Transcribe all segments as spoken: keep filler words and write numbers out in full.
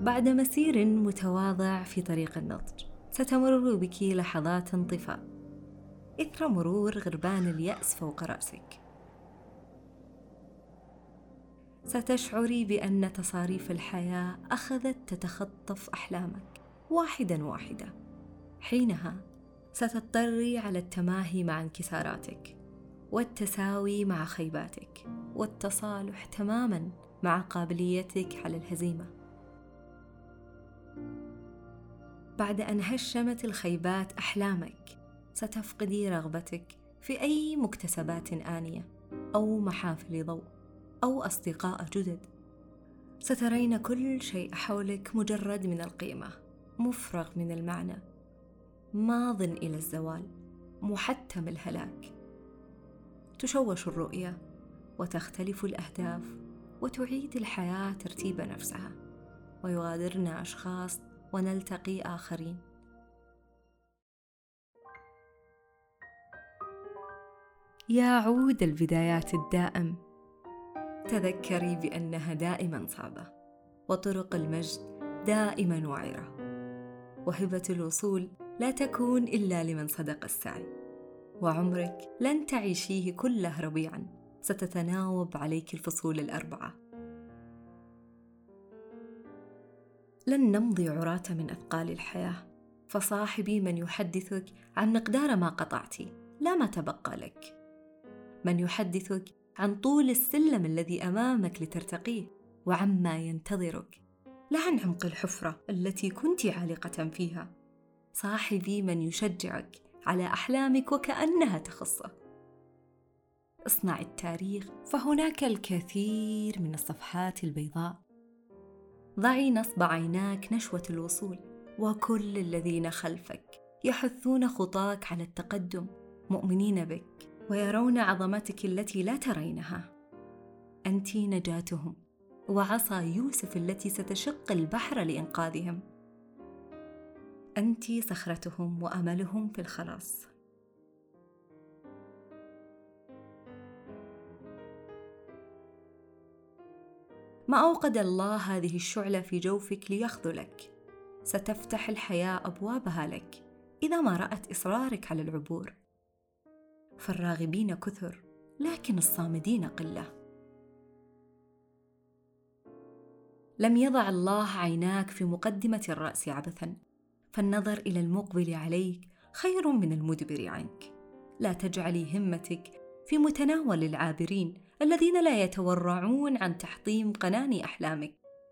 بعد مسير متواضع في طريق النضج، ستمر بك لحظات انطفاء إثر مرور غربان اليأس فوق رأسك. ستشعري بأن تصاريف الحياة أخذت تتخطف أحلامك واحداً واحدة. حينها ستضطري على التماهي مع انكساراتك، والتساوي مع خيباتك، والتصالح تماماً مع قابليتك على الهزيمة. بعد أن هشمت الخيبات أحلامك، ستفقدي رغبتك في أي مكتسبات آنية أو محافل ضوء أو أصدقاء جدد. سترين كل شيء حولك مجرد من القيمة، مفرغ من المعنى، ماض إلى الزوال، محتم الهلاك. تشوش الرؤية وتختلف الأهداف، وتعيد الحياة ترتيب نفسها، ويغادرنا أشخاص ونلتقي آخرين. يا عود البدايات الدائم، تذكري بأنها دائما صعبة، وطرق المجد دائما وعرة، وهبة الوصول لا تكون إلا لمن صدق السعي، وعمرك لن تعيشيه كله ربيعا، ستتناوب عليك الفصول الأربعة. لن نمضي عراة من أثقال الحياة، فصاحبي من يحدثك عن مقدار ما قطعتي لا ما تبقى لك، من يحدثك عن طول السلم الذي أمامك لترتقيه، وعما ينتظرك، لا عن عمق الحفرة التي كنت عالقة فيها. صاحبي من يشجعك على أحلامك وكأنها تخصك. اصنع التاريخ، فهناك الكثير من الصفحات البيضاء. ضعي نصب عيناك نشوة الوصول، وكل الذين خلفك يحثون خطاك على التقدم، مؤمنين بك ويرون عظمتك التي لا ترينها. أنت نجاتهم، وعصا يوسف التي ستشق البحر لإنقاذهم. أنت صخرتهم وأملهم في الخلاص. ما أوقد الله هذه الشعلة في جوفك ليخذلك. ستفتح الحياة أبوابها لك إذا ما رأت إصرارك على العبور. فالراغبين كثر، لكن الصامدين قلة. لم يضع الله عيناك في مقدمة الرأس عبثاً، فالنظر إلى المقبل عليك خير من المدبر عنك. لا تجعلي همتك في متناول العابرين الذين لا يتورعون عن تحطيم قنان أحلامك.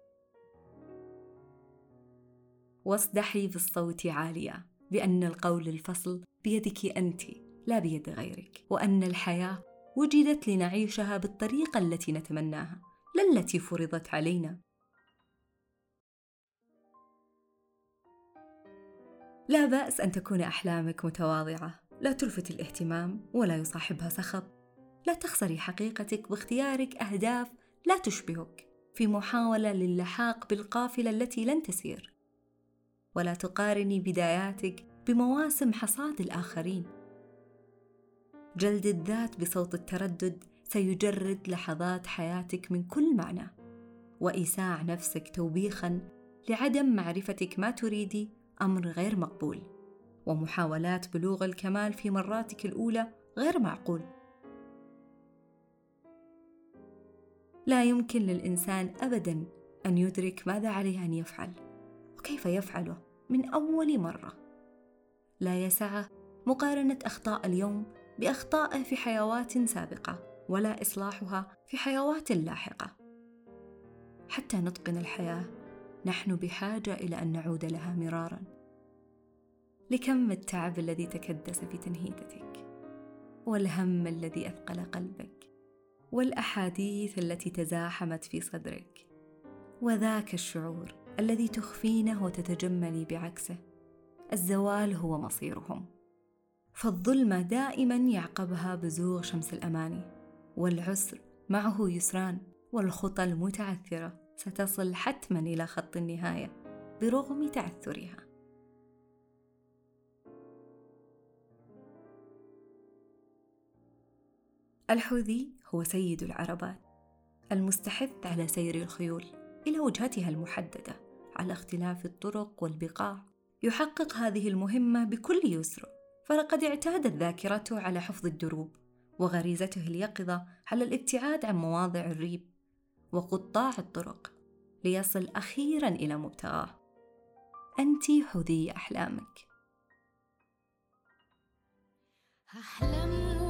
واصدحي بالصوت عالية بأن القول الفصل بيدك أنت لا بيد غيرك، وأن الحياة وجدت لنعيشها بالطريقة التي نتمناها، لا التي فرضت علينا. لا بأس أن تكون أحلامك متواضعة، لا تلفت الاهتمام ولا يصاحبها صخب. لا تخسري حقيقتك باختيارك أهداف لا تشبهك في محاولة للحاق بالقافلة التي لن تسير. ولا تقارني بداياتك بمواسم حصاد الآخرين. جلد الذات بصوت التردد سيجرد لحظات حياتك من كل معنى، وإيساع نفسك توبيخاً لعدم معرفتك ما تريدي أمر غير مقبول، ومحاولات بلوغ الكمال في مراتك الأولى غير معقول. لا يمكن للإنسان أبداً أن يدرك ماذا عليه أن يفعل وكيف يفعله من أول مرة. لا يسعه مقارنة أخطاء اليوم بأخطائه في حيوات سابقة، ولا إصلاحها في حيوات لاحقة. حتى نتقن الحياة نحن بحاجة إلى أن نعود لها مراراً. لكم التعب الذي تكدس في تنهيدتك، والهم الذي أثقل قلبك، والأحاديث التي تزاحمت في صدرك، وذاك الشعور الذي تخفينه وتتجملي بعكسه. الزوال هو مصيرهم، فالظلمة دائما يعقبها بزوغ شمس الأماني، والعسر معه يسران، والخطى المتعثرة ستصل حتما إلى خط النهاية برغم تعثرها. الحوذي هو سيد العربات، المستحث على سير الخيول إلى وجهتها المحددة على اختلاف الطرق والبقاع يحقق هذه المهمة بكل يسر، فلقد اعتادت ذاكرته على حفظ الدروب، وغريزته اليقظة على الابتعاد عن مواضع الريب وقطاع الطرق ليصل أخيراً إلى مبتغاه. أنت حذي أحلامك. أحلم